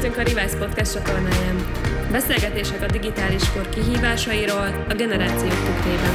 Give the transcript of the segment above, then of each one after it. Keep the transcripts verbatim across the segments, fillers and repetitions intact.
Kövessünk a Rivals Podcast csatornáján. Beszélgetések a digitális kor kihívásairól a generációk tükrében.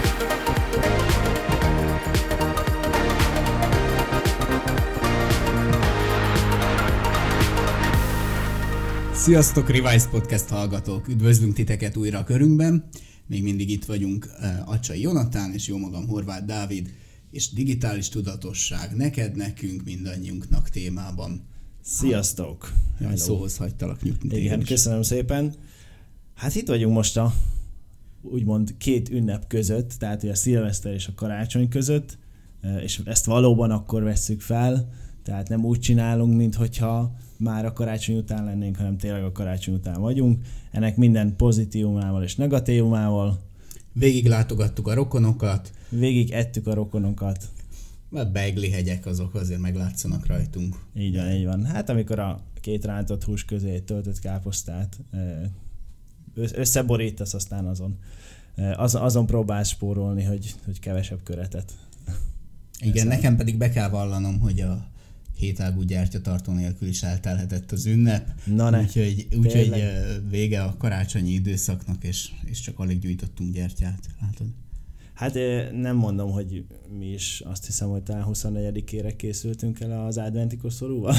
Sziasztok, Rivals Podcast hallgatók! Üdvözlünk titeket újra a körünkben. Még mindig itt vagyunk Acsai Jonatán és jó magam Horváth Dávid, és digitális tudatosság neked, nekünk, mindannyiunknak témában. Sziasztok! Jaj, szóhoz hagytalak nyugni. Igen, köszönöm szépen. Hát itt vagyunk most a úgymond két ünnep között, tehát a szilveszter és a karácsony között, és ezt valóban akkor vesszük fel, tehát nem úgy csinálunk, minthogyha már a karácsony után lennénk, hanem tényleg a karácsony után vagyunk. Ennek minden pozitívumával és negatívumával. Végig látogattuk a rokonokat. Végig ettük a rokonokat. A beiglihegyek azok azért meglátszanak rajtunk. Így van, így van. Hát amikor a két rántott hús közé egy töltött káposztát összeborítasz, aztán azon, az, azon próbálsz spórolni, hogy, hogy kevesebb köretet. Igen, Ezen. Nekem pedig be kell vallanom, hogy a hétágú gyertyatartó nélkül is eltelhetett az ünnep. Na ne, úgyhogy, úgyhogy vége a karácsonyi időszaknak, és, és csak alig gyújtottunk gyertyát. Látod? Hát nem mondom, hogy mi is azt hiszem, hogy talán huszonnegyedikére készültünk el az adventi koszorúval.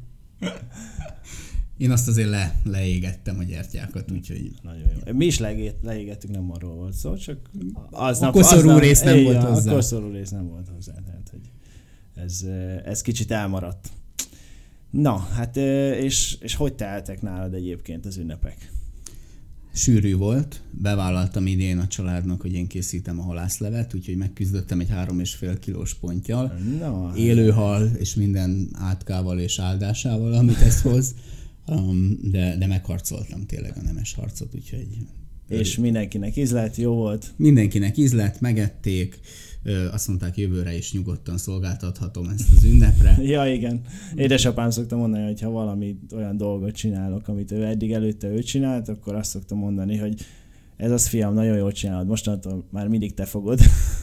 Én azt azért le, leégettem a gyertyákat, úgyhogy... Nagyon jó. Mi is leégett, leégettük, nem arról volt szó, csak... Aznap, a koszorú aznap, rész nem volt hozzá. A koszorú rész nem volt hozzá, tehát hogy ez, ez kicsit elmaradt. Na, hát és, és hogy teltek nálad egyébként az ünnepek? Sűrű volt, bevállaltam idén a családnak, hogy én készítem a halászlevet, úgyhogy megküzdöttem egy három és fél kilós ponttyal, no, élőhal és minden átkával és áldásával, amit ez hoz, um, de, de megharcoltam tényleg a nemes harcot, úgyhogy... És mindenkinek ízlett, jó volt? Mindenkinek ízlett, megették, azt mondták, jövőre is nyugodtan szolgáltathatom ezt az ünnepre. Ja, igen. Édesapám szokta mondani, hogy ha valami olyan dolgot csinálok, amit ő eddig előtte ő csinált, akkor azt szokta mondani, hogy ez az, fiam, nagyon jól csinálod, mostantól már mindig te fogod.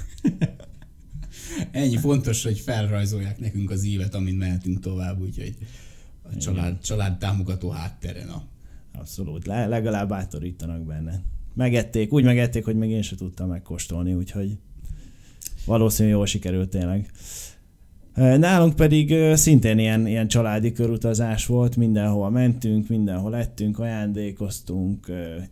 Ennyi, fontos, hogy felrajzolják nekünk az ívet, amint mehetünk tovább, úgyhogy a család, család támogató hátteren a... Abszolút, Le, legalább bátorítanak benne. Megették, úgy megették, hogy még én sem tudtam megkóstolni, úgyhogy valószínűleg jól sikerült tényleg. Nálunk pedig szintén ilyen, ilyen családi körutazás volt, mindenhol mentünk, mindenhol ettünk, ajándékoztunk,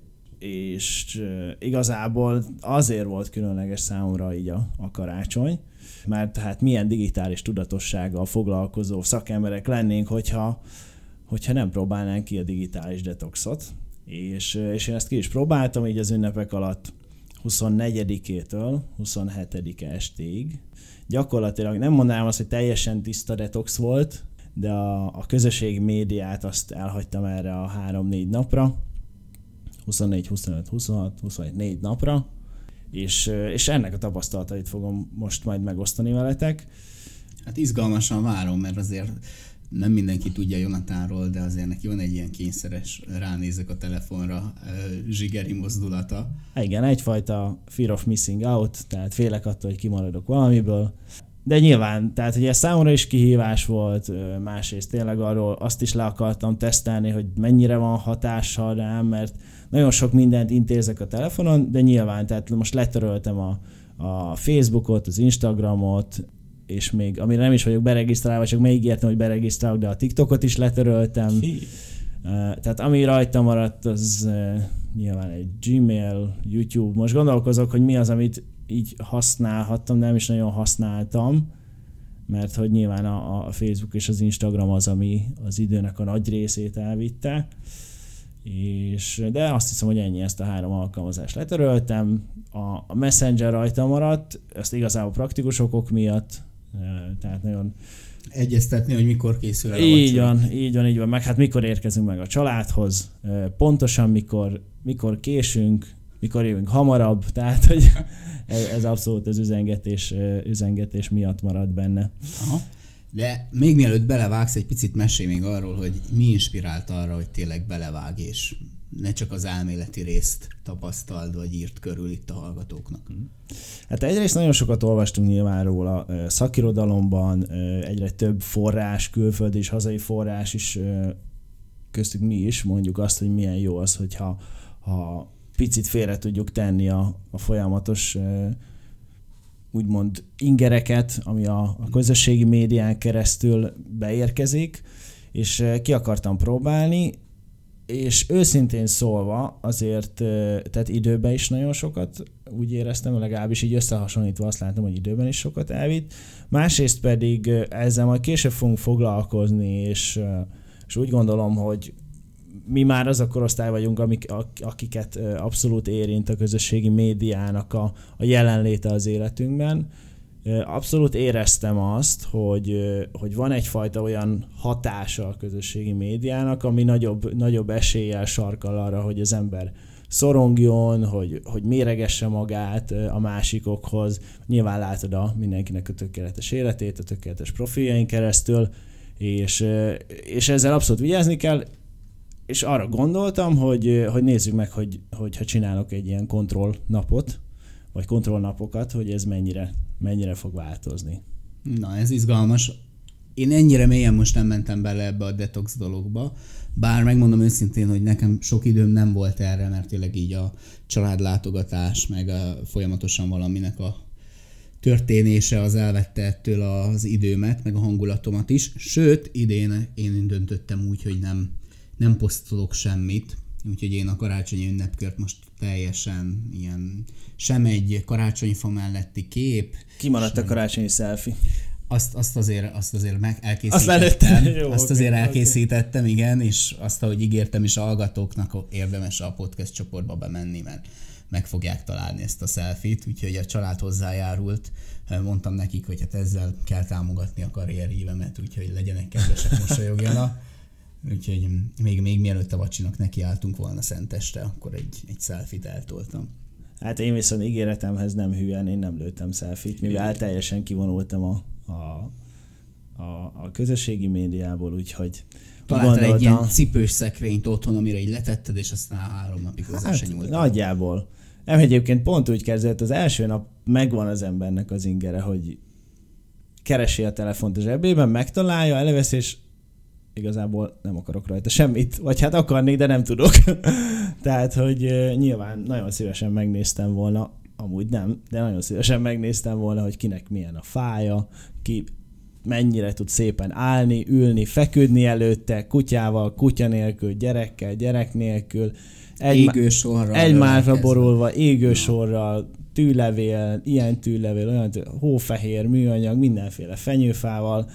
és igazából azért volt különleges számomra így a, a karácsony, mert hát milyen digitális tudatossággal foglalkozó szakemberek lennénk, hogyha, hogyha nem próbálnánk ki a digitális detoxot. És, és én ezt ki is próbáltam így az ünnepek alatt huszonnegyedikétől huszonhetedike estéig. Gyakorlatilag nem mondanám azt, hogy teljesen tiszta detox volt, de a, a közösségi médiát azt elhagytam erre a három-négy napra, huszonnégy, huszonöt, huszonhat, huszonhét, négy napra, és, és ennek a tapasztalatait fogom most majd megosztani veletek. Hát izgalmasan várom, mert azért nem mindenki tudja Jonatánról, de azért neki van egy ilyen kényszeres, ránézek a telefonra, zsigeri mozdulata. Igen, egyfajta fear of missing out, tehát félek attól, hogy kimaradok valamiből. De nyilván, tehát hogy ez számomra is kihívás volt, másrészt tényleg arról azt is le akartam tesztelni, hogy mennyire van hatással rám, mert nagyon sok mindent intézek a telefonon, de nyilván, tehát most letöröltem a, a Facebookot, az Instagramot, és még, amire nem is vagyok beregisztrálva, csak megígértem, hogy beregisztrálok, de a TikTokot is letöröltem. Hi. Tehát ami rajta maradt, az nyilván egy Gmail, YouTube. Most gondolkozok, hogy mi az, amit így használhattam, de nem is nagyon használtam, mert hogy nyilván a, a Facebook és az Instagram az, ami az időnek a nagy részét elvitte. És, de azt hiszem, hogy ennyi, ezt a három alkalmazást letöröltem. A, a Messenger rajta maradt, ezt igazából praktikus okok miatt, tehát nagyon... Egyeztetni, hogy mikor készül el a Így van, így van, így van, meg hát mikor érkezünk meg a családhoz, pontosan mikor, mikor késünk, mikor jövünk hamarabb, tehát hogy ez, ez abszolút az üzengetés, üzengetés miatt marad benne. Aha. De még mielőtt belevágsz, egy picit mesélj még arról, hogy mi inspirált arra, hogy tényleg belevág, és ne csak az elméleti részt tapasztald, vagy írt körül itt a hallgatóknak. Hát egyrészt nagyon sokat olvastunk nyilván róla szakirodalomban, egyre több forrás, külföldi és hazai forrás is köztük mi is mondjuk azt, hogy milyen jó az, hogyha ha picit félre tudjuk tenni a, a folyamatos úgymond ingereket, ami a, a közösségi médián keresztül beérkezik, és ki akartam próbálni, és őszintén szólva azért, tehát időben is nagyon sokat úgy éreztem, legalábbis így összehasonlítva azt látom, hogy időben is sokat elvitt. Másrészt pedig ezzel majd később fogunk foglalkozni, és, és úgy gondolom, hogy mi már az a korosztály vagyunk, amik, akiket abszolút érint a közösségi médiának a, a jelenléte az életünkben. Abszolút éreztem azt, hogy, hogy van egyfajta olyan hatása a közösségi médiának, ami nagyobb, nagyobb eséllyel sarkal arra, hogy az ember szorongjon, hogy, hogy méregesse magát a másikokhoz. Nyilván látod a mindenkinek a tökéletes életét, a tökéletes profiljain keresztül, és, és ezzel abszolút vigyázni kell, és arra gondoltam, hogy, hogy nézzük meg, hogy, hogy ha csinálok egy ilyen kontrollnapot, vagy kontrollnapokat, hogy ez mennyire, mennyire fog változni. Na, ez izgalmas. Én ennyire mélyen most nem mentem bele ebbe a detox dologba, bár megmondom őszintén, hogy nekem sok időm nem volt erre, mert tényleg így a családlátogatás, meg a folyamatosan valaminek a történése az elvette ettől az időmet, meg a hangulatomat is. Sőt, idén én döntöttem úgy, hogy nem, nem posztolok semmit, úgyhogy én a karácsonyi ünnepkört most teljesen ilyen, sem egy karácsonyfa melletti kép. Kimaradt sem... a karácsonyi selfie. Azt, azt azért, azt azért meg elkészítettem. Azt, Jó, azt azért okay, elkészítettem, okay. Igen, és azt, ahogy ígértem is a hallgatóknak, érdemes a podcast csoportba bemenni, mert meg fogják találni ezt a selfie-t, úgyhogy a család hozzájárult. Mondtam nekik, hogy hát ezzel kell támogatni a karrierhívemet, úgyhogy legyenek kedvesek, mosolyogjanak. Úgyhogy még, még mielőtt a vacsinak nekiálltunk volna szenteste, akkor egy, egy selfie-t eltoltam. Hát én viszont ígéretemhez nem hülyen, én nem lőttem selfie-t, mivel teljesen kivonultam a, a, a, a közösségi médiából, úgyhogy találtál egy ilyen cipős szekrényt otthon, amire így letetted, és aztán három napig hozzá hát, se nyúltam. Nagyjából. Nem, egyébként pont úgy kezdett, az első nap megvan az embernek az ingere, hogy keresi a telefont a zsebében, megtalálja, elevesz, és igazából nem akarok rajta semmit, vagy hát akarnék, de nem tudok. Tehát, hogy uh, nyilván nagyon szívesen megnéztem volna, amúgy nem, de nagyon szívesen megnéztem volna, hogy kinek milyen a fája, ki mennyire tud szépen állni, ülni, feküdni előtte, kutyával, kutya nélkül, gyerekkel, gyerek nélkül. Egy, égősorral. Egymásra borulva, égősorral, tűlevél, ilyen tűlevél, olyan tűlevél, hófehér, műanyag, mindenféle fenyőfával.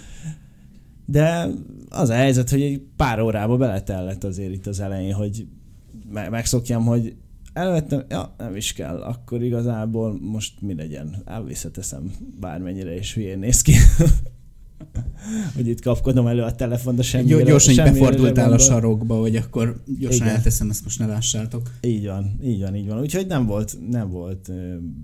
De az a helyzet, hogy egy pár órába beletellett azért itt az elején, hogy megszokjam, hogy elvettem, ja, nem is kell, akkor igazából most mi legyen, elvisszeteszem, bármennyire is hülyén néz ki. Hogy itt kapkodom elő a telefont, de semmire. Gyorsan így befordultál a sarokba, hogy akkor gyorsan igen. Elteszem, ezt most ne lássátok. Így van, így van, így van. Úgyhogy nem volt, nem volt,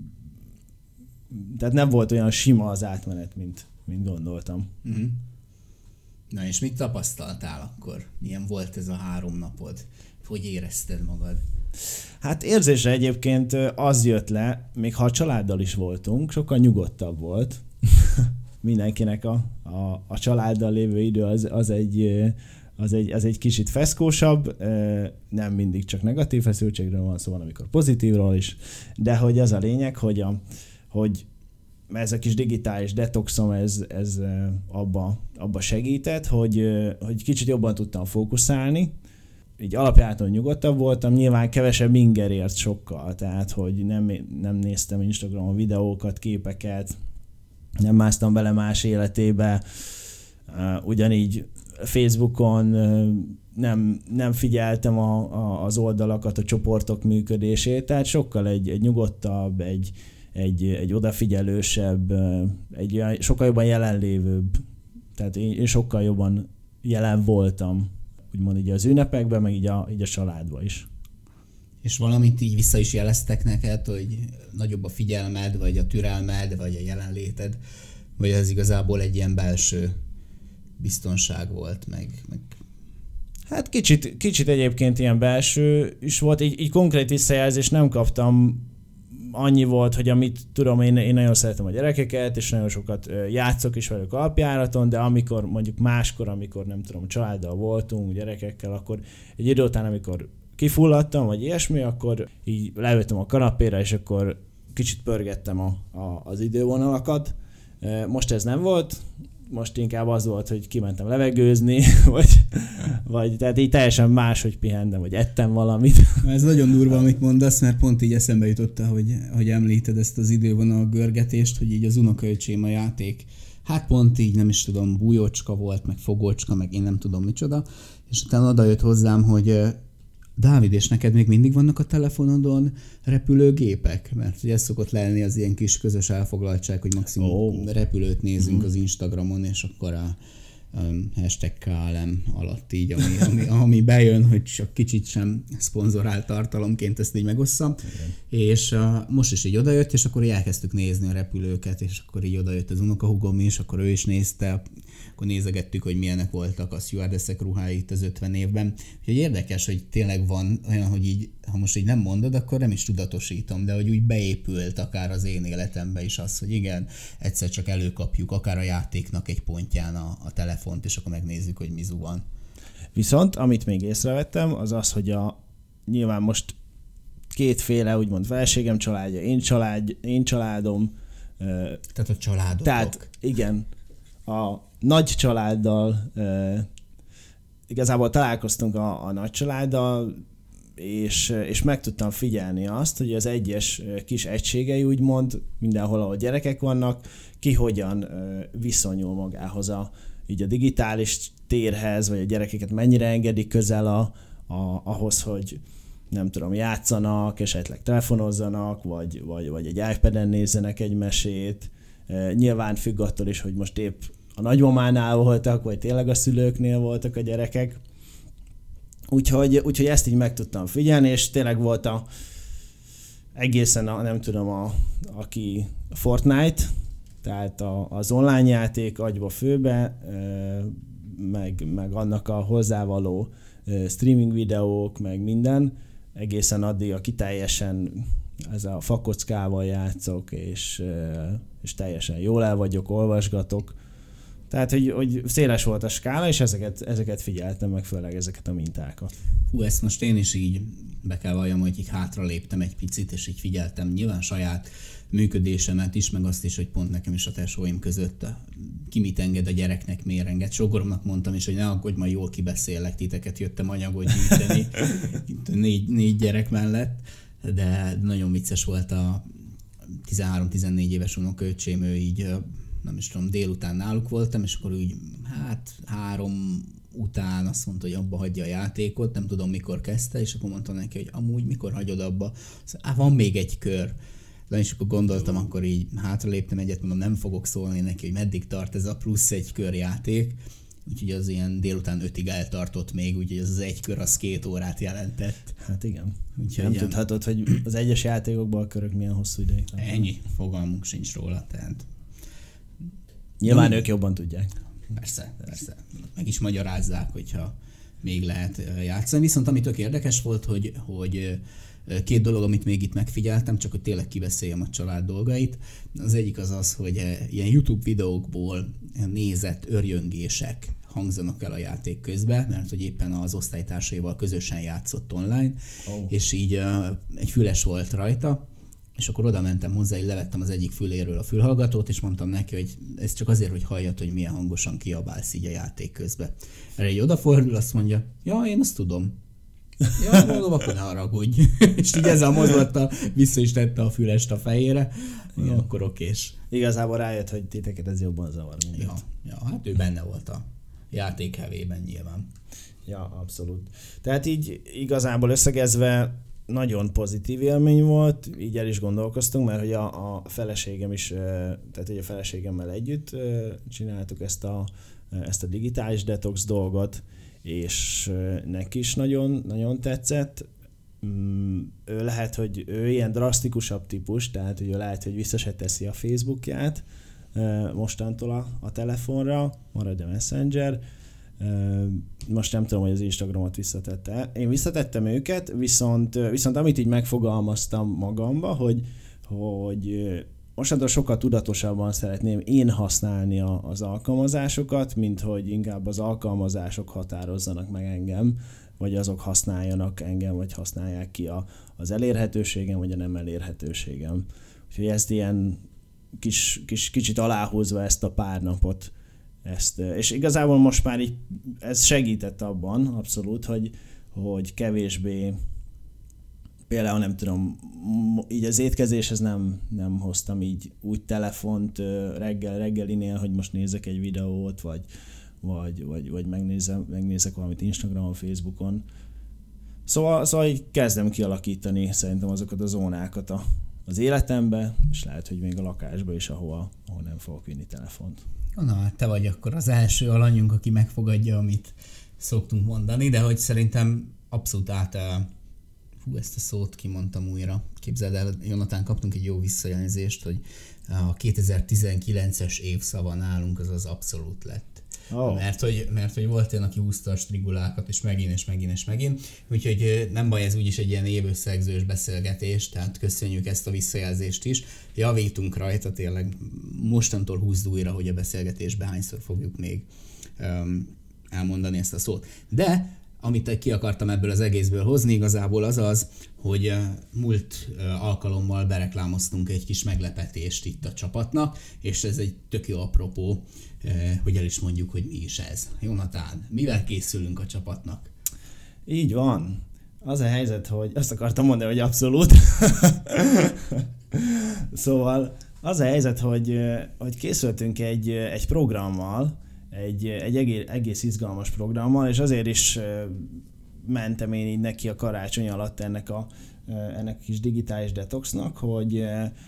tehát nem volt olyan sima az átmenet, mint, mint gondoltam. Mm-hmm. Na és mit tapasztaltál akkor? Milyen volt ez a három napod? Hogy érezted magad? Hát érzésre egyébként az jött le, még ha a családdal is voltunk, sokkal nyugodtabb volt. Mindenkinek a, a, a családdal lévő idő az, az, egy, az, egy, az egy kicsit feszkósabb, nem mindig csak negatív feszültségről van szó, van, amikor pozitívról is, de hogy az a lényeg, hogy, a, hogy ez a kis digitális detoxom, ez, ez abba, abba segített, hogy, hogy kicsit jobban tudtam fókuszálni, így alapjáton nyugodtabb voltam, nyilván kevesebb inger ért sokkal, tehát hogy nem, nem néztem Instagramon videókat, képeket, nem másztam bele más életébe, ugyanígy Facebookon nem, nem figyeltem a, a, az oldalakat, a csoportok működését, tehát sokkal egy, egy nyugodtabb, egy, egy, egy odafigyelősebb, egy olyan, sokkal jobban jelenlévőbb, tehát én, én sokkal jobban jelen voltam, úgymond így az ünnepekben, meg így a, így a családban is. És valamit így vissza is jeleztek neked, hogy nagyobb a figyelmed, vagy a türelmed, vagy a jelenléted, vagy ez igazából egy ilyen belső biztonság volt, meg... meg... Hát kicsit, kicsit egyébként ilyen belső is volt, így, így konkrét visszajelzést nem kaptam annyi volt, hogy amit tudom, én, én nagyon szeretem a gyerekeket, és nagyon sokat játszok is velük alapjáraton, de amikor mondjuk máskor, amikor nem tudom, családdal voltunk, gyerekekkel, akkor egy idő után, amikor kifulladtam, vagy ilyesmi, akkor így leültem a kanapéra, és akkor kicsit pörgettem a, a, az idővonalakat. Most ez nem volt, most inkább az volt, hogy kimentem levegőzni, vagy, vagy tehát így teljesen más, hogy pihentem, vagy ettem valamit. Ez nagyon durva, amit mondasz, mert pont így eszembe jutott, hogy, hogy említed ezt az idővonal görgetést, hogy így az unokaöcsém a játék, hát pont így nem is tudom, bújócska volt, meg fogócska, meg én nem tudom micsoda, és utána oda jött hozzám, hogy Dávid, és neked még mindig vannak a telefonodon repülőgépek? Mert ugye ez szokott lenni az ilyen kis közös elfoglaltság, hogy maximum oh. repülőt nézünk az Instagramon, és akkor a um, hashtag ká el em alatt így, ami, ami, ami bejön, hogy csak kicsit sem szponzorált tartalomként ezt így megosszam. Igen. És uh, most is így odajött, és akkor így elkezdtük nézni a repülőket, és akkor így odajött az unokahúgom is, akkor ő is nézte, akkor nézegettük, hogy milyenek voltak a stewardessek ruhái itt az ötven évben. Úgyhogy érdekes, hogy tényleg van olyan, hogy így, ha most így nem mondod, akkor nem is tudatosítom, de hogy úgy beépült akár az én életembe is az, hogy igen, egyszer csak előkapjuk akár a játéknak egy pontján a, a telefont, és akkor megnézzük, hogy mi zuhan. Viszont, amit még észrevettem, az az, hogy a, nyilván most kétféle, úgymond feleségem családja, én, család, én családom. Tehát a családotok. Tehát igen, a nagy családdal, e, igazából találkoztunk a, a nagy családdal, és, és meg tudtam figyelni azt, hogy az egyes kis egységei úgymond, mindenhol, ahol gyerekek vannak, ki hogyan e, viszonyul magához a, így a digitális térhez, vagy a gyerekeket mennyire engedik közel a, a, ahhoz, hogy nem tudom, játszanak, esetleg telefonozzanak, vagy, vagy, vagy egy iPad-en nézzenek egy mesét. E, nyilván függ attól is, hogy most épp a nagymamánál voltak, vagy tényleg a szülőknél voltak a gyerekek. Úgyhogy, úgyhogy ezt így meg tudtam figyelni, és tényleg volt a egészen, a, nem tudom, a, aki a Fortnite, tehát a, az online játék agyba főbe, meg, meg annak a hozzávaló streaming videók, meg minden, egészen addig, aki teljesen ez a fakockával játszok, és, és teljesen jól el vagyok, olvasgatok. Tehát, hogy, hogy széles volt a skála, és ezeket, ezeket figyeltem meg, főleg ezeket a mintákat. Hú, ezt most én is így be kell valljam, hogy így hátra léptem egy picit, és így figyeltem nyilván saját működésemet is, meg azt is, hogy pont nekem is a tesóim között ki mit enged a gyereknek, miért enged. Sogoromnak mondtam is, hogy ne aggódj, majd jól kibeszélek titeket, jöttem anyagot gyűjteni négy, négy gyerek mellett, de nagyon vicces volt a tizenhárom-tizennégy éves unokaöcsém, ő így nem is tudom, délután náluk voltam, és akkor úgy, hát három után azt mondta, hogy abba hagyja a játékot, nem tudom mikor kezdte, és akkor mondtam neki, hogy amúgy mikor hagyod abba, szóval, van még egy kör. De és akkor gondoltam, Jó. akkor így hátraléptem egyet, mondom, nem fogok szólni neki, hogy meddig tart ez a plusz egy kör játék, úgyhogy az ilyen délután ötig eltartott még, úgyhogy az, az egy kör az két órát jelentett. Hát igen. Úgyhogy nem ilyen... tudhatod, hogy az egyes játékokban a körök milyen hosszú ideig. Ennyi, fogalmunk sincs róla, tehát... Nyilván ők jobban tudják. Persze, persze. Meg is magyarázzák, hogyha még lehet játszani. Viszont ami tök érdekes volt, hogy, hogy két dolog, amit még itt megfigyeltem, csak hogy tényleg kibeszéljem a család dolgait. Az egyik az az, hogy ilyen YouTube videókból nézett örjöngések hangzanak el a játék közben, mert hogy éppen az osztálytársaival közösen játszott online, oh. és így egy füles volt rajta, és akkor oda mentem hozzá, így levettem az egyik füléről a fülhallgatót, és mondtam neki, hogy ez csak azért, hogy halljad, hogy milyen hangosan kiabálsz így a játék közben. Erre egy odafordul, azt mondja, ja, én azt tudom. Ja, mondom, akkor ne haragudj. És így ezzel a mozgattal vissza is tette a fülest a fejére, ja, akkor okés. Igazából rájött, hogy titeket ez jobban zavar. Ja, ja, hát ő benne volt a játék hevében nyilván. Ja, abszolút. Tehát így igazából összegezve nagyon pozitív élmény volt, így el is gondolkoztunk, mert hogy a, a feleségem is, tehát hogy a feleségemmel együtt csináltuk ezt a, ezt a digitális detox dolgot, és neki is nagyon, nagyon tetszett. Ő lehet, hogy ő ilyen drasztikusabb típus, tehát hogy ő lehet, hogy vissza se teszi a Facebookját mostantól a, a telefonra, marad a Messenger. Most nem tudom, hogy az Instagramot visszatette. Én visszatettem őket, viszont, viszont amit így megfogalmaztam magamba, hogy, hogy mostantól sokkal tudatosabban szeretném én használni a, az alkalmazásokat, mint hogy inkább az alkalmazások határozzanak meg engem, vagy azok használjanak engem, vagy használják ki a, az elérhetőségem, vagy a nem elérhetőségem. Úgyhogy ezt ilyen kis, kis, kicsit aláhúzva ezt a pár napot, ezt, és igazából most már így, ez segített abban abszolút, hogy, hogy kevésbé, például nem tudom, így az étkezéshez nem, nem hoztam így úgy telefont reggel, reggelinél, hogy most nézek egy videót, vagy, vagy, vagy, vagy megnézem, megnézek valamit Instagramon, Facebookon. Szóval, szóval így kezdem kialakítani szerintem azokat a zónákat a, az életembe, és lehet, hogy még a lakásba is, ahol, ahol nem fogok vinni telefont. Na, hát te vagy akkor az első alanyunk, aki megfogadja, amit szoktunk mondani, de hogy szerintem abszolút át... Hú, ezt a szót kimondtam újra. Képzeld el, Jonatán, kaptunk egy jó visszajelzést, hogy a kétezer-tizenkilences évszava nálunk az az abszolút lett. Oh. Mert, hogy, mert hogy volt olyan, aki húzta a strigulákat, és megint, és megint, és megint. Úgyhogy nem baj, ez úgyis egy ilyen évösszegzős beszélgetés, tehát köszönjük ezt a visszajelzést is. Javítunk rajta, tényleg mostantól húzd újra, hogy a beszélgetésben hányszor fogjuk még um, elmondani ezt a szót. De amit ki akartam ebből az egészből hozni igazából az az, hogy múlt alkalommal bereklámoztunk egy kis meglepetést itt a csapatnak, és ez egy tök jó apropó, hogy el is mondjuk, hogy mi is ez. Jonatán, mivel készülünk a csapatnak? Így van. Az a helyzet, hogy azt akartam mondani, hogy abszolút. Szóval az a helyzet, hogy, hogy készültünk egy, egy programmal, egy, egy egész, egész izgalmas programmal, és azért is mentem én így neki a karácsony alatt ennek a, ennek a kis digitális detoxnak, hogy,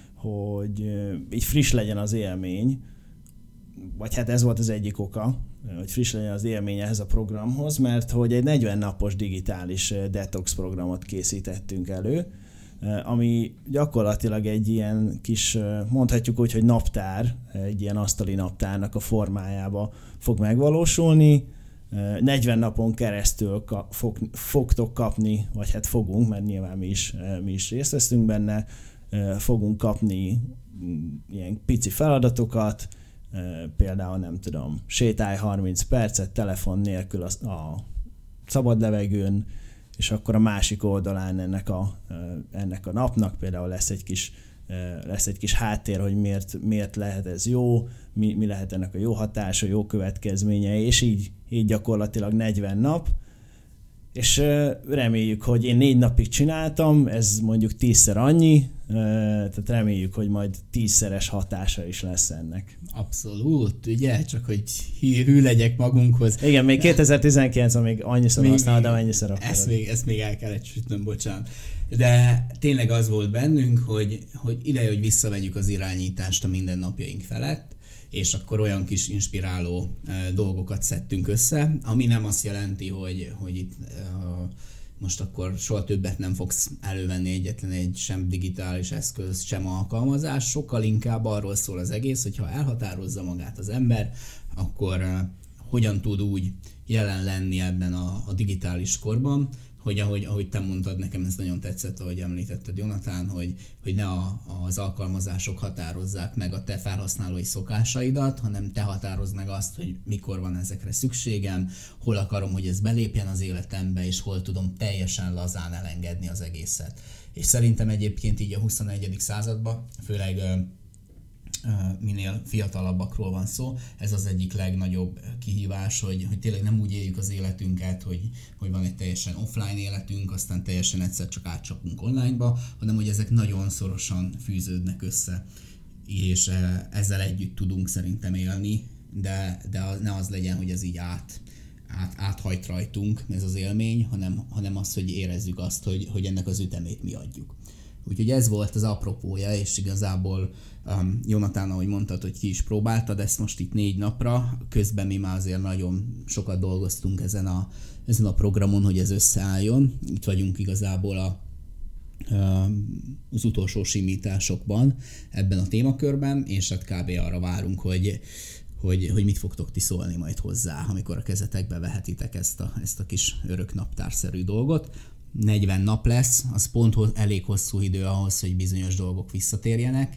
hogy így friss legyen az élmény, vagy hát ez volt az egyik oka, hogy friss legyen az élmény ehhez a programhoz, mert hogy egy negyven napos digitális detox programot készítettünk elő, ami gyakorlatilag egy ilyen kis, mondhatjuk úgy, hogy naptár, egy ilyen asztali naptárnak a formájába fog megvalósulni. negyven napon keresztül fog, fogtok kapni, vagy hát fogunk, mert nyilván mi is, mi is részt veszünk benne, fogunk kapni ilyen pici feladatokat, például nem tudom, sétálj harminc percet telefon nélkül a, a szabad levegőn, és akkor a másik oldalán ennek a, ennek a napnak például lesz egy kis, lesz egy kis háttér, hogy miért, miért lehet ez jó, mi, mi lehet ennek a jó hatása, jó következményei, és így, így gyakorlatilag negyven nap, és reméljük, hogy én négy napig csináltam, ez mondjuk tízszer annyi, tehát reméljük, hogy majd tízszeres hatása is lesz ennek. Abszolút, ugye? Csak hogy hű legyek magunkhoz. Igen, még kétezer-tizenkilencben még annyiszor használod, de mennyiszer akarod. Ezt még, ezt még el kellett sütnöm, bocsánat. De tényleg az volt bennünk, hogy, hogy ideje, hogy visszavegyük az irányítást a mindennapjaink felett, és akkor olyan kis inspiráló uh, dolgokat szedtünk össze, ami nem azt jelenti, hogy, hogy itt uh, most akkor soha többet nem fogsz elővenni egyetlen egy sem digitális eszköz, sem alkalmazás, sokkal inkább arról szól az egész, hogyha elhatározza magát az ember, akkor uh, hogyan tud úgy jelen lenni ebben a, a digitális korban, hogy ahogy, ahogy te mondtad, nekem ez nagyon tetszett, ahogy említetted, Jonatán, hogy, hogy ne a, az alkalmazások határozzák meg a te felhasználói szokásaidat, hanem te határozd meg azt, hogy mikor van ezekre szükségem, hol akarom, hogy ez belépjen az életembe, és hol tudom teljesen lazán elengedni az egészet. És szerintem egyébként így a huszonegyedik században, főleg minél fiatalabbakról van szó, ez az egyik legnagyobb kihívás, hogy, hogy tényleg nem úgy éljük az életünket, hogy, hogy van egy teljesen offline életünk, aztán teljesen egyszer csak átcsapunk onlineba, hanem hogy ezek nagyon szorosan fűződnek össze, és ezzel együtt tudunk szerintem élni, de, de ne az legyen, hogy ez így át, át, áthajt rajtunk, ez az élmény, hanem, hanem az, hogy érezzük azt, hogy, hogy ennek az ütemét mi adjuk. Úgyhogy ez volt az apropója, és igazából um, Jonatán, ahogy mondtad, hogy ki is próbáltad ezt most itt négy napra, közben mi már azért nagyon sokat dolgoztunk ezen a, ezen a programon, hogy ez összeálljon. Itt vagyunk igazából a, az utolsó simításokban ebben a témakörben, és hát kb. Arra várunk, hogy, hogy, hogy mit fogtok ti szólni majd hozzá, amikor a kezetekbe vehetitek ezt a, ezt a kis örök naptárszerű dolgot. negyven nap lesz, az pont elég hosszú idő ahhoz, hogy bizonyos dolgok visszatérjenek,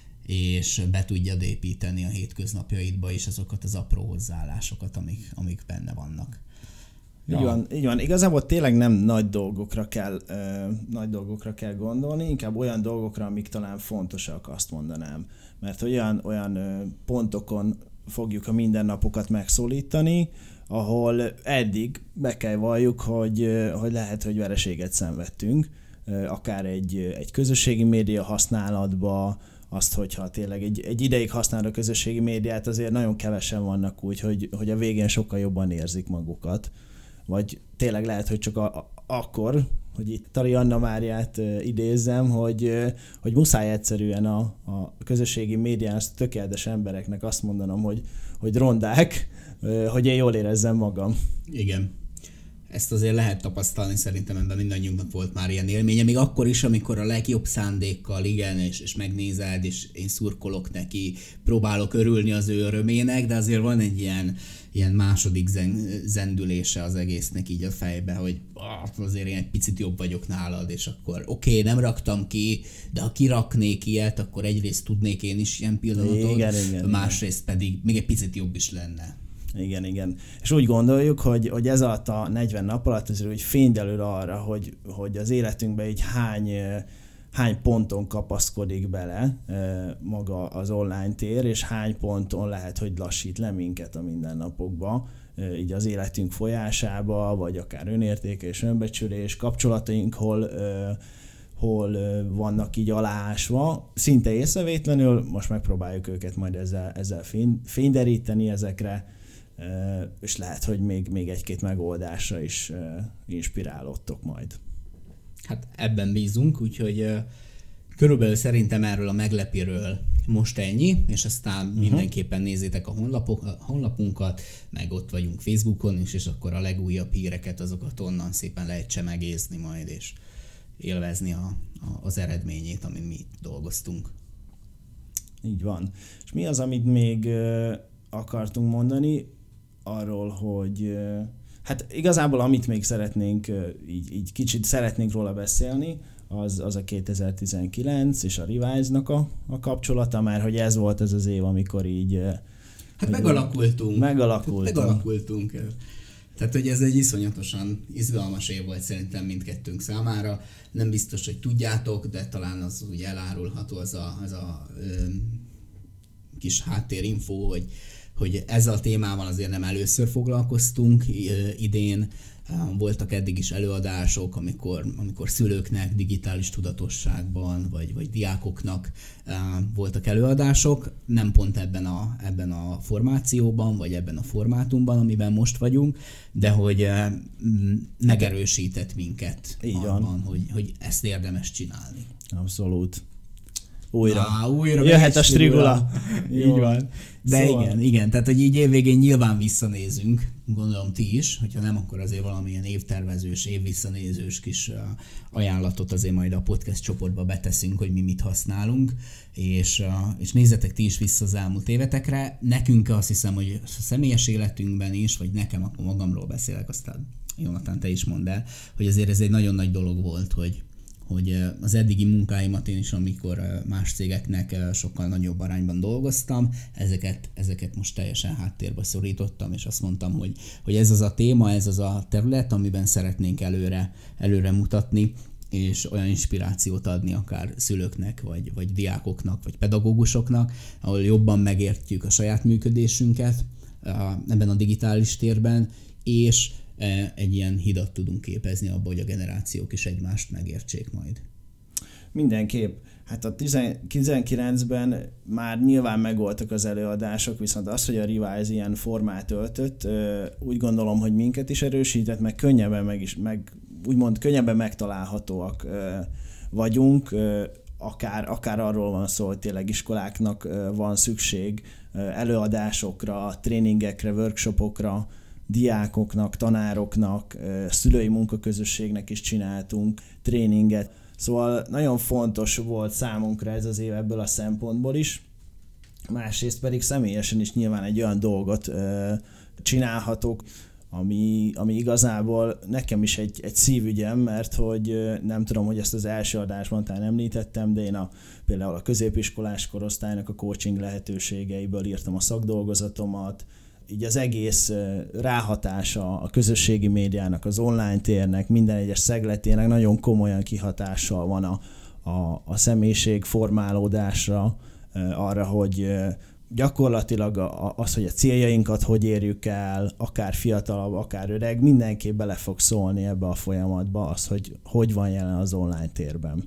és be tudjad építeni a hétköznapjaidba is azokat az apró hozzáállásokat, amik, amik benne vannak. Ja. Így van, így van. Igazából tényleg nem nagy dolgokra kell, ö, nagy dolgokra kell gondolni, inkább olyan dolgokra, amik talán fontosak, azt mondanám. Mert olyan, olyan ö, pontokon fogjuk a mindennapokat megszólítani, ahol eddig be kell valljuk, hogy, hogy lehet, hogy vereséget szenvedtünk, akár egy, egy közösségi média használatba, azt, hogyha tényleg egy, egy ideig használod a közösségi médiát, azért nagyon kevesen vannak úgy, hogy, hogy a végén sokkal jobban érzik magukat. Vagy tényleg lehet, hogy csak a, a, akkor, hogy itt Tari Anna Máriát uh, idézzem, hogy, uh, hogy muszáj egyszerűen a, a közösségi médián tökéletes embereknek azt mondanom, hogy, hogy rondák, uh, hogy én jól érezzem magam. Igen. Ezt azért lehet tapasztalni, szerintem ebben mindannyiunknak volt már ilyen élménye, még akkor is, amikor a legjobb szándékkal, igen, és, és megnézed, és én szurkolok neki, próbálok örülni az ő örömének, de azért van egy ilyen, ilyen második zen, zendülése az egésznek így a fejbe, hogy ah, azért én egy picit jobb vagyok nálad, és akkor oké, okay, nem raktam ki, de ha kiraknék ilyet, akkor egyrészt tudnék én is ilyen pillanatot, igen, igen, másrészt igen. pedig még egy picit jobb is lenne. Igen, igen. És úgy gondoljuk, hogy, hogy ez alatt a negyven nap alatt azért úgy fényderül arra, hogy, hogy az életünkben így hány, hány ponton kapaszkodik bele maga az online tér, és hány ponton lehet, hogy lassít le minket a mindennapokba, így az életünk folyásába, vagy akár önértékelés, önbecsülés, kapcsolataink, hol, hol vannak így aláásva. Szinte észrevétlenül, most megpróbáljuk őket majd ezzel, ezzel fény, fényderíteni ezekre, és lehet, hogy még, még egy-két megoldásra is inspirálódtok majd. Hát ebben bízunk, úgyhogy körülbelül szerintem erről a meglepiről most ennyi, és aztán uh-huh. mindenképpen nézzétek a, honlapok, a honlapunkat, meg ott vagyunk Facebookon is, és akkor a legújabb híreket azokat onnan szépen lehet csemegézni majd, és élvezni a, a, az eredményét, amin mi dolgoztunk. Így van. És mi az, amit még uh, akartunk mondani arról, hogy uh, hát igazából amit még szeretnénk, uh, így, így kicsit szeretnénk róla beszélni, az, az a kétezer-tizenkilenc és a Revise-nak a, a kapcsolata, mert hogy ez volt ez az év, amikor így... Uh, hát megalakultunk. Megalakultunk. Megalakultunk. Tehát, hogy ez egy iszonyatosan izgalmas év volt szerintem mindkettőnk számára. Nem biztos, hogy tudjátok, de talán az úgy elárulható az a, az a ö, kis háttérinfó, hogy, hogy ezzel a témával azért nem először foglalkoztunk ö, idén. Voltak eddig is előadások, amikor, amikor szülőknek digitális tudatosságban, vagy, vagy diákoknak uh, voltak előadások, nem pont ebben a, ebben a formációban, vagy ebben a formátumban, amiben most vagyunk, de hogy uh, megerősített minket így abban, van. hogy, hogy ezt érdemes csinálni. Abszolút. Újra. Na, újra jöhet a strigula. Így van. De szóval. igen, igen, tehát hogy így évvégén nyilván visszanézünk, gondolom ti is, hogyha nem, akkor azért valamilyen évtervezős, évvisszanézős kis ajánlatot azért majd a podcast csoportba beteszünk, hogy mi mit használunk, és, és nézzetek ti is vissza az elmúlt évetekre. Nekünk azt hiszem, hogy a személyes életünkben is, vagy nekem, akkor magamról beszélek, aztán Jonathan, te is mondd el, hogy azért ez egy nagyon nagy dolog volt, hogy hogy az eddigi munkáimat én is, amikor más cégeknek sokkal nagyobb arányban dolgoztam, ezeket, ezeket most teljesen háttérbe szorítottam, és azt mondtam, hogy, hogy ez az a téma, ez az a terület, amiben szeretnénk előre, előre mutatni, és olyan inspirációt adni akár szülőknek, vagy, vagy diákoknak, vagy pedagógusoknak, ahol jobban megértjük a saját működésünket ebben a digitális térben, és egy ilyen hidat tudunk képezni abba, hogy a generációk is egymást megértsék majd. Mindenképp. Hát a tizenkilencben már nyilván megvoltak az előadások, viszont az, hogy a Revise ilyen formát öltött, úgy gondolom, hogy minket is erősített, meg könnyebben, meg is, meg, úgymond könnyebben megtalálhatóak vagyunk, akár, akár arról van szó, hogy tényleg iskoláknak van szükség előadásokra, tréningekre, workshopokra, diákoknak, tanároknak, szülői munkaközösségnek is csináltunk tréninget. Szóval nagyon fontos volt számunkra ez az év ebből a szempontból is. Másrészt pedig személyesen is nyilván egy olyan dolgot csinálhatok, ami, ami igazából nekem is egy, egy szívügyem, mert hogy nem tudom, hogy ezt az első adásban talán említettem, de én a, például a középiskolás korosztálynak a coaching lehetőségeiből írtam a szakdolgozatomat, így az egész ráhatása a közösségi médiának, az online térnek, minden egyes szegletének nagyon komolyan kihatással van a, a, a személyiség formálódásra, arra, hogy gyakorlatilag az, hogy a céljainkat hogy érjük el, akár fiatalabb, akár öreg, mindenki bele fog szólni ebbe a folyamatba, az, hogy hogy van jelen az online térben.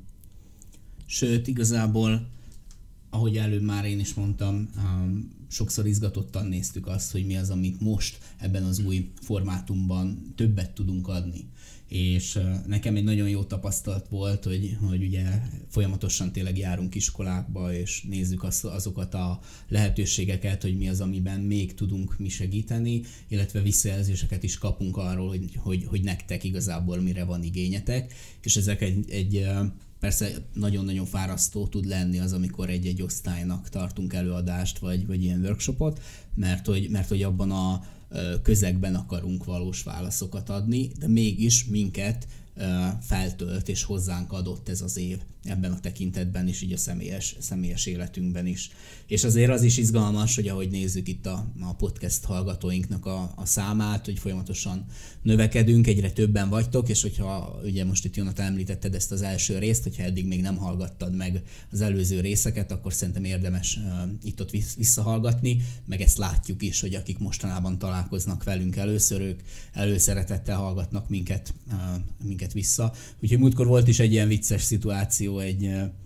Sőt, igazából, ahogy előbb már én is mondtam, sokszor izgatottan néztük azt, hogy mi az, amit most ebben az új formátumban többet tudunk adni. És nekem egy nagyon jó tapasztalat volt, hogy, hogy ugye folyamatosan tényleg járunk iskolákba, és nézzük azt, azokat a lehetőségeket, hogy mi az, amiben még tudunk mi segíteni, illetve visszajelzéseket is kapunk arról, hogy, hogy, hogy nektek igazából mire van igényetek, és ezek egy, egy persze nagyon-nagyon fárasztó tud lenni az, amikor egy-egy osztálynak tartunk előadást, vagy, vagy ilyen workshopot, mert hogy, mert hogy abban a közegben akarunk valós válaszokat adni, de mégis minket feltölt és hozzánk adott ez az év ebben a tekintetben is, így a személyes, személyes életünkben is. És azért az is izgalmas, hogy ahogy nézzük itt a, a podcast hallgatóinknak a, a számát, hogy folyamatosan növekedünk, egyre többen vagytok, és hogyha ugye most itt Jonathan említetted ezt az első részt, hogyha eddig még nem hallgattad meg az előző részeket, akkor szerintem érdemes uh, itt-ott visszahallgatni, meg ezt látjuk is, hogy akik mostanában találkoznak velünk először, ők előszeretettel hallgatnak minket, uh, minket vissza. Úgyhogy múltkor volt is egy ilyen vicces szituáció, egy,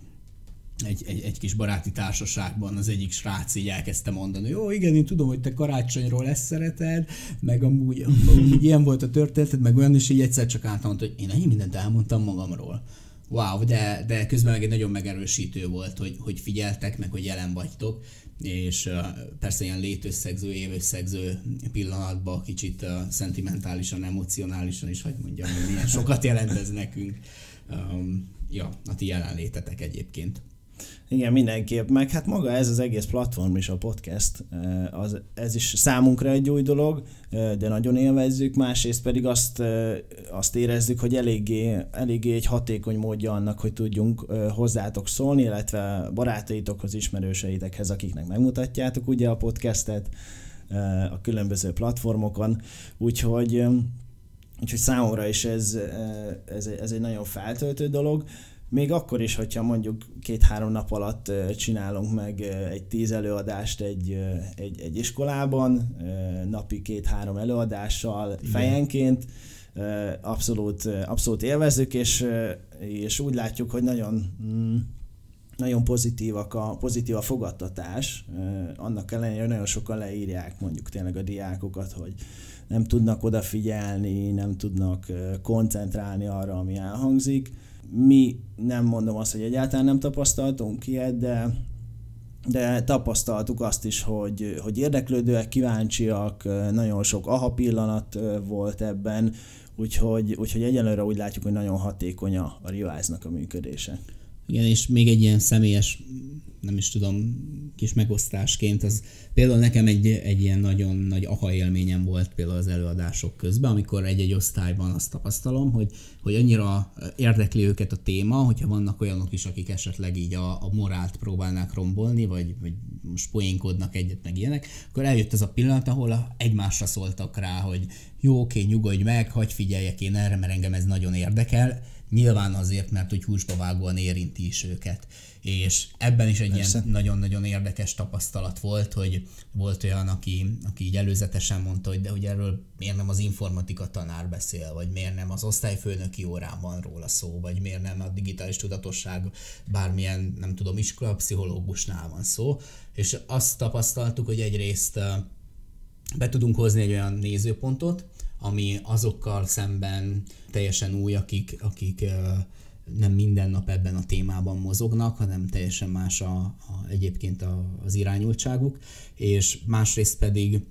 egy, egy, egy kis baráti társaságban az egyik srác így elkezdte mondani, jó, igen, én tudom, hogy te karácsonyról ezt szereted, meg amúgy, amúgy ilyen volt a történeted, meg olyan, is így egyszer csak általán mondta, hogy én ennyi mindent elmondtam magamról. Wow, de, de közben meg egy nagyon megerősítő volt, hogy, hogy figyeltek, meg hogy jelen vagytok, és uh, persze ilyen létösszegző, évösszegző pillanatban kicsit uh, szentimentálisan, emocionálisan is, hogy mondjam, hogy milyen sokat jelent ez nekünk. Um, ja, a ti jelenlétetek egyébként. Igen, mindenképp, meg hát maga ez az egész platform és a podcast, az, ez is számunkra egy új dolog, de nagyon élvezzük, másrészt pedig azt, azt érezzük, hogy eléggé, eléggé egy hatékony módja annak, hogy tudjunk hozzátok szólni, illetve barátaitokhoz, ismerőseitekhez, akiknek megmutatjátok ugye a podcastet a különböző platformokon, úgyhogy Úgyhogy számomra is ez, ez, ez egy nagyon feltöltő dolog. Még akkor is, hogyha mondjuk két-három nap alatt csinálunk meg egy tíz előadást egy, egy, egy iskolában, napi két-három előadással fejenként, abszolút, abszolút élvezzük, és, és úgy látjuk, hogy nagyon, nagyon pozitívak a, pozitív a fogadtatás. Annak ellenére nagyon sokan leírják mondjuk tényleg a diákokat, hogy nem tudnak odafigyelni, nem tudnak koncentrálni arra, ami elhangzik. Mi nem mondom azt, hogy egyáltalán nem tapasztaltunk ilyet, de, de tapasztaltuk azt is, hogy, hogy érdeklődőek, kíváncsiak, nagyon sok aha pillanat volt ebben, úgyhogy, úgyhogy egyelőre úgy látjuk, hogy nagyon hatékony a, a Revise-nak a működése. Igen, és még egy ilyen személyes, nem is tudom, kis megosztásként, az például nekem egy, egy ilyen nagyon nagy aha élményem volt például az előadások közben, amikor egy-egy osztályban azt tapasztalom, hogy, hogy annyira érdekli őket a téma, hogyha vannak olyanok is, akik esetleg így a, a morált próbálnák rombolni, vagy, vagy most poénkodnak egyet, meg ilyenek, akkor eljött ez a pillanat, ahol egymásra szóltak rá, hogy jó, oké, nyugodj meg, hagyj figyeljek én erre, mert engem ez nagyon érdekel. Nyilván azért, mert hogy húsba vágóan érinti is őket. És ebben is egy Persze. ilyen nagyon-nagyon érdekes tapasztalat volt, hogy volt olyan, aki, aki így előzetesen mondta, hogy de hogy erről miért nem az informatika tanár beszél, vagy miért nem az osztályfőnöki órán van róla szó, vagy miért nem a digitális tudatosság bármilyen, nem tudom, iskolapszichológusnál van szó. És azt tapasztaltuk, hogy egyrészt be tudunk hozni egy olyan nézőpontot, ami azokkal szemben teljesen új, akik, akik nem minden nap ebben a témában mozognak, hanem teljesen más a, a, egyébként a, az irányultságuk, és másrészt pedig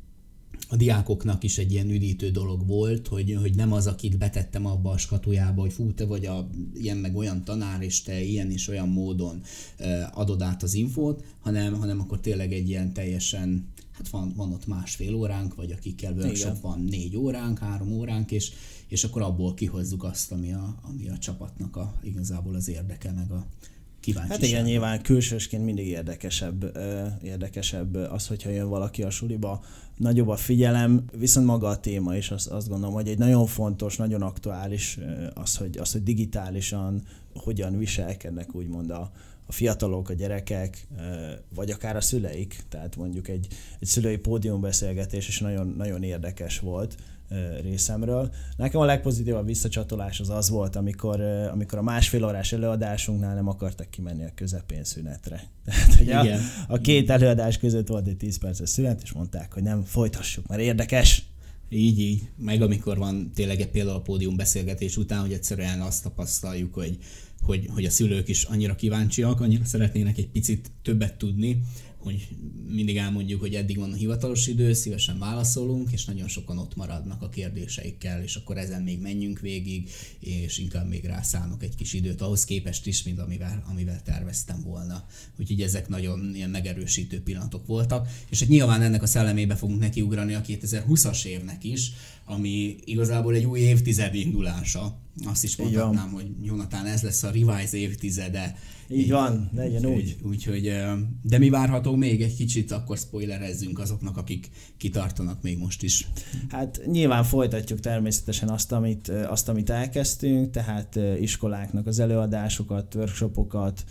a diákoknak is egy ilyen üdítő dolog volt, hogy, hogy nem az, akit betettem abba a skatujába, hogy fú, te vagy a, ilyen meg olyan tanár, és te ilyen és olyan módon adod át az infót, hanem, hanem akkor tényleg egy ilyen teljesen hát van, van ott másfél óránk, vagy akikkel workshop van négy óránk, három óránk, és, és akkor abból kihozzuk azt, ami a, ami a csapatnak a, igazából az érdeke, meg a kíváncsiság. Hát igen, nyilván külsősként mindig érdekesebb, érdekesebb az, hogyha jön valaki a suliba, nagyobb a figyelem, viszont maga a téma is, azt, azt gondolom, hogy egy nagyon fontos, nagyon aktuális az, hogy, az, hogy digitálisan hogyan viselkednek úgymond a, a fiatalok, a gyerekek, vagy akár a szüleik. Tehát mondjuk egy, egy szülői pódiumbeszélgetés is nagyon, nagyon érdekes volt részemről. Nekem a legpozitívabb visszacsatolás az az volt, amikor, amikor a másfél órás előadásunknál nem akartak kimenni a közepén szünetre. Tehát, hogy a, a két előadás között volt egy tíz perces szünet, és mondták, hogy nem, folytassuk, mert érdekes. Így, így. Meg amikor van tényleg például a pódium beszélgetés után, hogy egyszerűen azt tapasztaljuk, hogy, hogy, hogy a szülők is annyira kíváncsiak, annyira szeretnének egy picit többet tudni, hogy mindig elmondjuk, hogy eddig van a hivatalos idő, szívesen válaszolunk, és nagyon sokan ott maradnak a kérdéseikkel, és akkor ezen még menjünk végig, és inkább még rászállnak egy kis időt ahhoz képest is, mint amivel, amivel terveztem volna. Úgyhogy ezek nagyon ilyen megerősítő pillanatok voltak, és hát nyilván ennek a szellemébe fogunk nekiugrani a kétezer-húszas évnek is, ami igazából egy új évtized indulása. Azt is mondhatnám, hogy Jonatán, ez lesz a Revise évtizede. Így van, legyen úgy. Úgyhogy, de mi várható még egy kicsit, akkor spoilerezzünk azoknak, akik kitartanak még most is. Hát nyilván folytatjuk természetesen azt, amit, azt, amit elkezdtünk, tehát iskoláknak az előadásokat, workshopokat,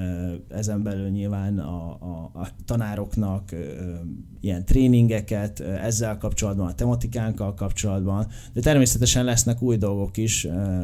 ezen belül nyilván a, a, a tanároknak ilyen tréningeket, ezzel kapcsolatban, a tematikánkkal kapcsolatban, de természetesen lesznek új dolgok is,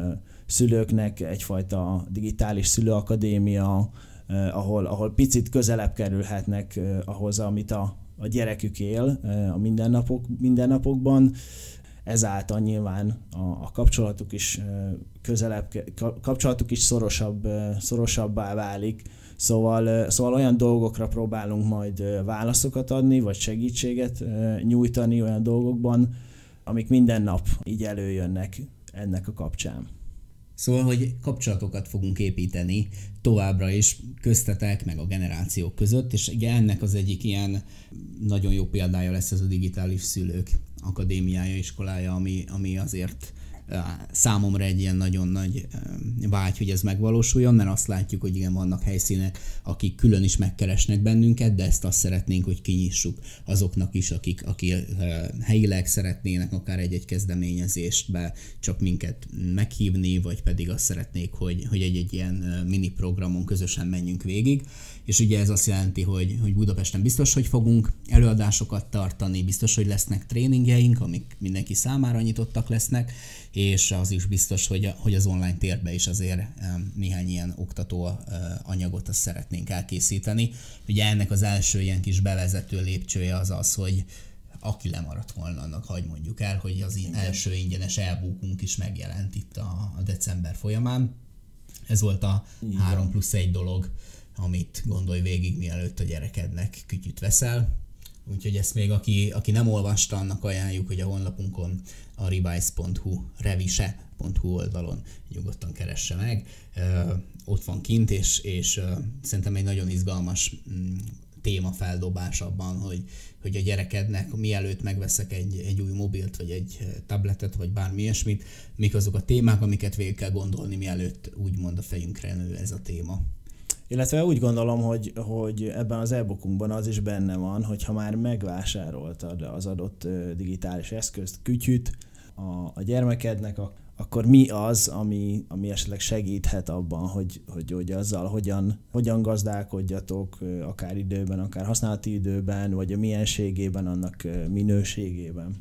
szülőknek egyfajta digitális szülőakadémia, ahol, ahol picit közelebb kerülhetnek ahhoz, amit a, a gyerekük él a mindennapok, mindennapokban. Ezáltal nyilván a, a kapcsolatuk is közelebb, kapcsolatuk is szorosabb, szorosabbá válik. Szóval, szóval olyan dolgokra próbálunk majd válaszokat adni, vagy segítséget nyújtani olyan dolgokban, amik minden nap így előjönnek ennek a kapcsán. Szóval, hogy kapcsolatokat fogunk építeni továbbra is köztetek, meg a generációk között, és ugye ennek az egyik ilyen nagyon jó példája lesz ez a digitális szülők akadémiája, iskolája, ami, ami azért számomra egy ilyen nagyon nagy vágy, hogy ez megvalósuljon, mert azt látjuk, hogy igen, vannak helyszínek, akik külön is megkeresnek bennünket, de ezt azt szeretnénk, hogy kinyissuk azoknak is, akik, akik helyileg szeretnének akár egy-egy kezdeményezésbe csak minket meghívni, vagy pedig azt szeretnék, hogy, hogy egy-egy ilyen mini programon közösen menjünk végig. És ugye ez azt jelenti, hogy, hogy Budapesten biztos, hogy fogunk előadásokat tartani, biztos, hogy lesznek tréningjeink, amik mindenki számára nyitottak lesznek, és az is biztos, hogy, a, hogy az online térben is azért um, néhány ilyen oktató uh, anyagot azt szeretnénk elkészíteni. Ugye ennek az első ilyen kis bevezető lépcsője az az, hogy aki lemaradt volna, annak hagy mondjuk el, hogy az Igen. első ingyenes e-bookunk is megjelent itt a, a december folyamán. Ez volt a Igen. három plusz egy dolog, amit gondolj végig, mielőtt a gyerekednek kütyüt veszel. Úgyhogy ezt még aki, aki nem olvasta, annak ajánljuk, hogy a honlapunkon a revise pont hu, revise pont hu oldalon nyugodtan keresse meg. Uh, ott van kint, és, és uh, szerintem egy nagyon izgalmas mm, témafeldobás abban, hogy, hogy a gyerekednek mielőtt megveszek egy, egy új mobilt, vagy egy tabletet, vagy bármi ilyesmit, mik azok a témák, amiket végig kell gondolni, mielőtt úgymond a fejünkre nő ez a téma. Illetve úgy gondolom, hogy, hogy ebben az e-bookunkban az is benne van, hogy ha már megvásároltad az adott digitális eszközt, kütyüt a, a gyermekednek, a, akkor mi az, ami, ami esetleg segíthet abban, hogy, hogy, hogy azzal hogyan, hogyan gazdálkodjatok, akár időben, akár használati időben, vagy a mienségében, annak minőségében.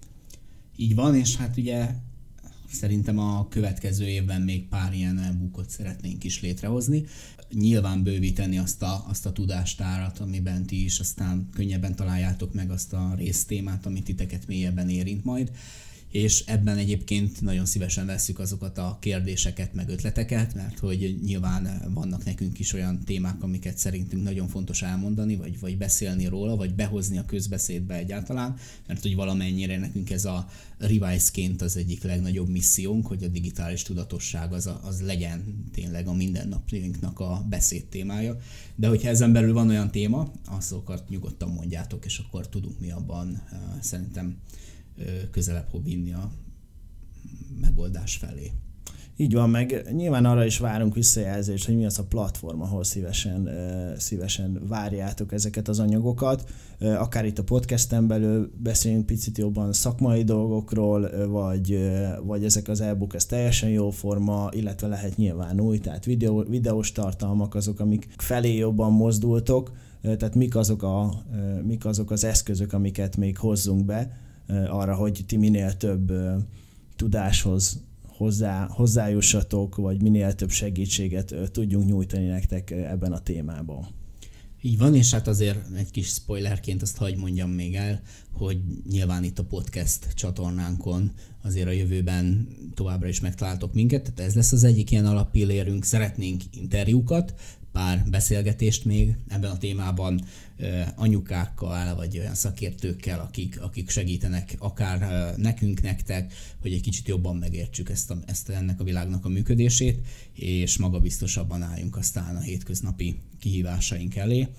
Így van, és hát ugye szerintem a következő évben még pár ilyen e-bookot szeretnénk is létrehozni. Nyilván bővíteni azt a, azt a tudástárat, amiben ti is aztán könnyebben találjátok meg azt a résztémát, amit titeket mélyebben érint majd. és ebben egyébként nagyon szívesen vesszük azokat a kérdéseket, meg ötleteket, mert hogy nyilván vannak nekünk is olyan témák, amiket szerintünk nagyon fontos elmondani, vagy, vagy beszélni róla, vagy behozni a közbeszédbe egyáltalán, mert hogy valamennyire nekünk ez a Revise-ként az egyik legnagyobb missziónk, hogy a digitális tudatosság az, a, az legyen tényleg a mindennapjainknak a beszéd témája. De hogyha ezen belül van olyan téma, azokat nyugodtan mondjátok, és akkor tudunk mi abban uh, szerintem uh, közelebb vinni a megoldás felé. Így van, meg nyilván arra is várunk visszajelzést, hogy mi az a platform, ahol szívesen, uh, szívesen várjátok ezeket az anyagokat. Uh, akár itt a podcasten belül beszélünk picit jobban szakmai dolgokról, uh, vagy, uh, vagy ezek az e-book, ez teljesen jó forma, illetve lehet nyilván új, tehát videó, videós tartalmak azok, amik felé jobban mozdultok, uh, tehát mik azok, a, uh, mik azok az eszközök, amiket még hozzunk be uh, arra, hogy ti minél több uh, tudáshoz Hozzá, hozzájussatok, vagy minél több segítséget tudjunk nyújtani nektek ebben a témában. Így van, és hát azért egy kis spoilerként azt hadd mondjam még el, hogy nyilván itt a podcast csatornánkon azért a jövőben továbbra is megtaláltok minket, tehát ez lesz az egyik ilyen alappillérünk, szeretnénk interjúkat, pár beszélgetést még ebben a témában anyukákkal, vagy olyan szakértőkkel, akik, akik segítenek akár nekünk, nektek, hogy egy kicsit jobban megértsük ezt, a, ezt ennek a világnak a működését, és magabiztosabban álljunk aztán a hétköznapi kihívásaink elé.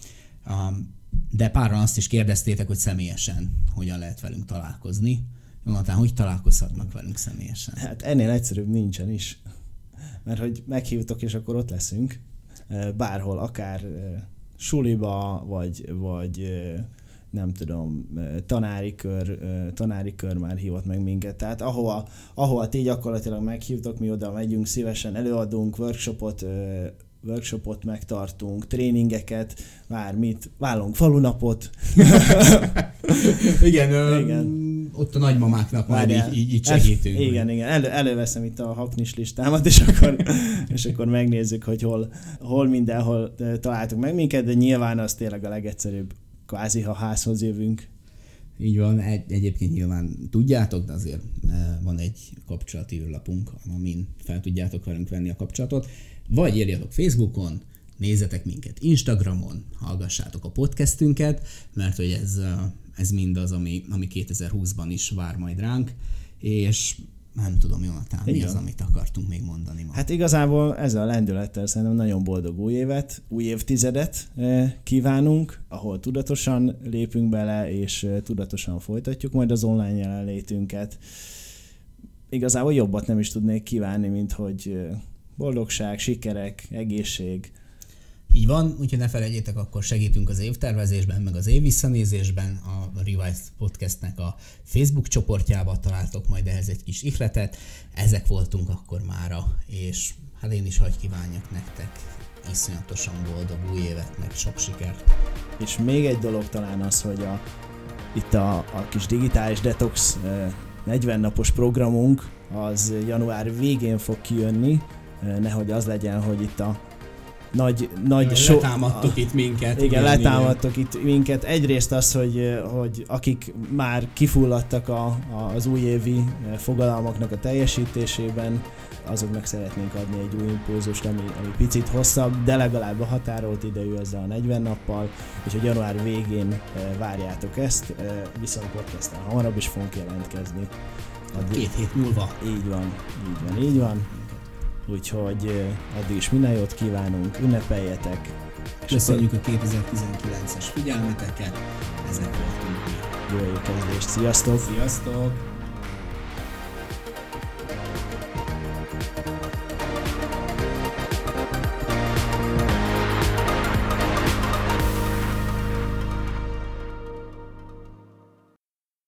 De páran azt is kérdeztétek, hogy személyesen hogyan lehet velünk találkozni. Jonatán, hogy találkozhatnak velünk személyesen? Hát ennél egyszerűbb nincsen is. Mert hogy meghívtok, és akkor ott leszünk. Bárhol, akár suliba, vagy, vagy nem tudom, tanári kör, tanári kör már hívott meg minket. Tehát ahova, ahova ti gyakorlatilag meghívtok, mi oda megyünk, szívesen előadunk, workshopot, workshopot megtartunk, tréningeket, bármit, vállalunk falunapot. Igen, ö, igen. Ott a nagymamáknak majd így, így, így segítünk. El, igen, igen. Elő, előveszem itt a haknis listámat, és akkor, és akkor megnézzük, hogy hol, hol mindenhol találtuk meg minket, de nyilván az tényleg a legegyszerűbb, kvázi, ha házhoz jövünk. Így van, egy, egyébként nyilván tudjátok, de azért van egy kapcsolati űrlapunk, amin fel tudjátok velünk venni a kapcsolatot. Vagy írjatok Facebookon, nézzetek minket Instagramon, hallgassátok a podcastünket, mert hogy ez, ez mindaz, ami, ami kétezer-húszban is vár majd ránk, és nem tudom, Jonatán, mi az, amit akartunk még mondani ma? Hát igazából ezzel a lendülettel szerintem nagyon boldog új évet, új évtizedet kívánunk, ahol tudatosan lépünk bele, és tudatosan folytatjuk majd az online jelenlétünket. Igazából jobbat nem is tudnék kívánni, mint hogy boldogság, sikerek, egészség. Így van, úgyhogy ne felejtjétek, akkor segítünk az évtervezésben, meg az évvisszanézésben. A Revise Podcastnek a Facebook csoportjába találtok majd ehhez egy kis ihletet. Ezek voltunk akkor mára, és hát én is hagy kívánjak nektek iszonyatosan boldog új évet, meg sok sikert. És még egy dolog talán az, hogy a, itt a, a kis digitális detox negyven napos programunk az január végén fog kijönni, nehogy az legyen, hogy itt a nagy, nagy so... Letámadtok a... itt minket. Igen, letámadtok itt minket. Egyrészt az, hogy, hogy akik már kifulladtak a, a, az újévi fogadalmaknak a teljesítésében, azoknak szeretnénk adni egy új impulzust, ami, ami picit hosszabb, de legalább a határolt idejű ezzel a negyven nappal, és hogy január végén várjátok ezt, viszont podcasten hamarabb is fogunk jelentkezni. Addig... Két hét múlva. Így van, így van, így van. Úgyhogy addig is minden jót kívánunk, ünnepeljetek. Köszönjük a kétezer-tizenkilences figyelmeteket, ezek voltunk mi. Jó ékezést, sziasztok! Sziasztok!